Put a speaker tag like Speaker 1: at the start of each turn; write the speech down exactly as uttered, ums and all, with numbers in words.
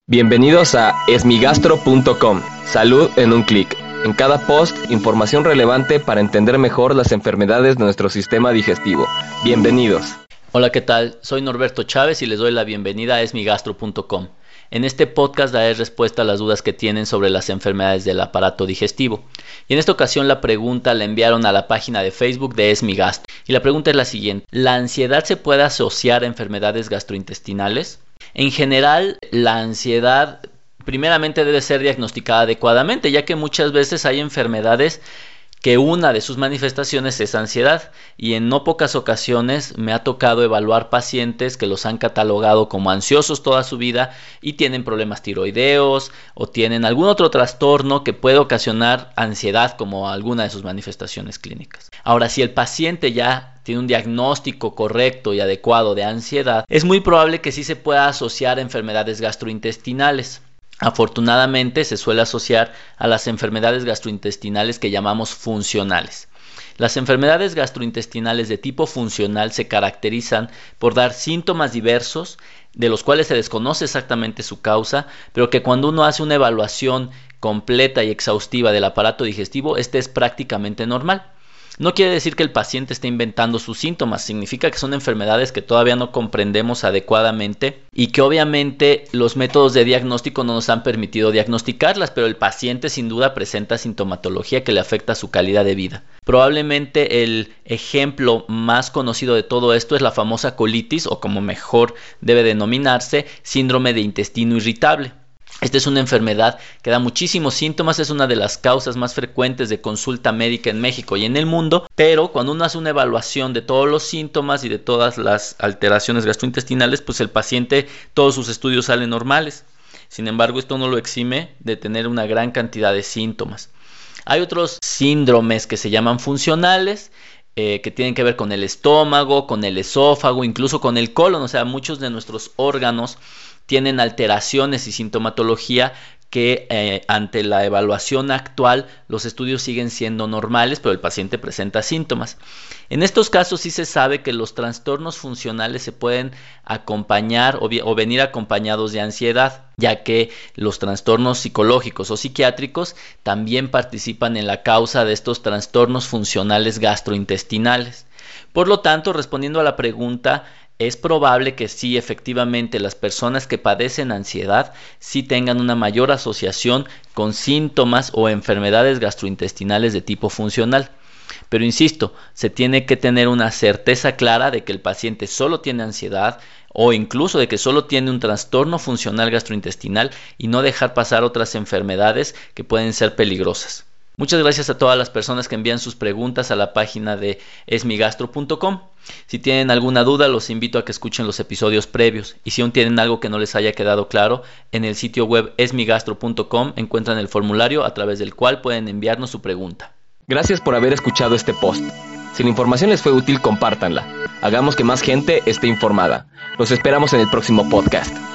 Speaker 1: Bienvenidos a esmigastro punto com. Salud en un clic. En cada post, información relevante para entender mejor las enfermedades de nuestro sistema digestivo. Bienvenidos.
Speaker 2: Hola, ¿qué tal? Soy Norberto Chávez y les doy la bienvenida a esmigastro punto com. En este podcast daré respuesta a las dudas que tienen sobre las enfermedades del aparato digestivo. Y en esta ocasión la pregunta la enviaron a la página de Facebook de Esmigastro. Y la pregunta es la siguiente: ¿la ansiedad se puede asociar a enfermedades gastrointestinales? En general, la ansiedad primeramente debe ser diagnosticada adecuadamente, ya que muchas veces hay enfermedades que una de sus manifestaciones es ansiedad, y en no pocas ocasiones me ha tocado evaluar pacientes que los han catalogado como ansiosos toda su vida y tienen problemas tiroideos o tienen algún otro trastorno que puede ocasionar ansiedad como alguna de sus manifestaciones clínicas. Ahora, si el paciente ya tiene un diagnóstico correcto y adecuado de ansiedad, es muy probable que sí se pueda asociar a enfermedades gastrointestinales. Afortunadamente se suele asociar a las enfermedades gastrointestinales que llamamos funcionales. Las enfermedades gastrointestinales de tipo funcional se caracterizan por dar síntomas diversos, de los cuales se desconoce exactamente su causa, pero que cuando uno hace una evaluación completa y exhaustiva del aparato digestivo, este es prácticamente normal. No quiere decir que el paciente esté inventando sus síntomas, significa que son enfermedades que todavía no comprendemos adecuadamente y que obviamente los métodos de diagnóstico no nos han permitido diagnosticarlas, pero el paciente sin duda presenta sintomatología que le afecta a su calidad de vida. Probablemente el ejemplo más conocido de todo esto es la famosa colitis, o como mejor debe denominarse, síndrome de intestino irritable. Esta es una enfermedad que da muchísimos síntomas, es una de las causas más frecuentes de consulta médica en México y en el mundo, pero cuando uno hace una evaluación de todos los síntomas y de todas las alteraciones gastrointestinales, pues el paciente, todos sus estudios salen normales. Sin embargo, esto no lo exime de tener una gran cantidad de síntomas. Hay otros síndromes que se llaman funcionales, eh, que tienen que ver con el estómago, con el esófago, incluso con el colon. O sea, muchos de nuestros órganos tienen alteraciones y sintomatología que eh, ante la evaluación actual los estudios siguen siendo normales, pero el paciente presenta síntomas. En estos casos sí se sabe que los trastornos funcionales se pueden acompañar o, o venir acompañados de ansiedad, ya que los trastornos psicológicos o psiquiátricos también participan en la causa de estos trastornos funcionales gastrointestinales. Por lo tanto, respondiendo a la pregunta, es probable que sí, efectivamente, las personas que padecen ansiedad sí tengan una mayor asociación con síntomas o enfermedades gastrointestinales de tipo funcional. Pero insisto, se tiene que tener una certeza clara de que el paciente solo tiene ansiedad o incluso de que solo tiene un trastorno funcional gastrointestinal y no dejar pasar otras enfermedades que pueden ser peligrosas. Muchas gracias a todas las personas que envían sus preguntas a la página de esmigastro punto com. Si tienen alguna duda, los invito a que escuchen los episodios previos. Y si aún tienen algo que no les haya quedado claro, en el sitio web esmigastro punto com encuentran el formulario a través del cual pueden enviarnos su pregunta.
Speaker 1: Gracias por haber escuchado este post. Si la información les fue útil, compártanla. Hagamos que más gente esté informada. Los esperamos en el próximo podcast.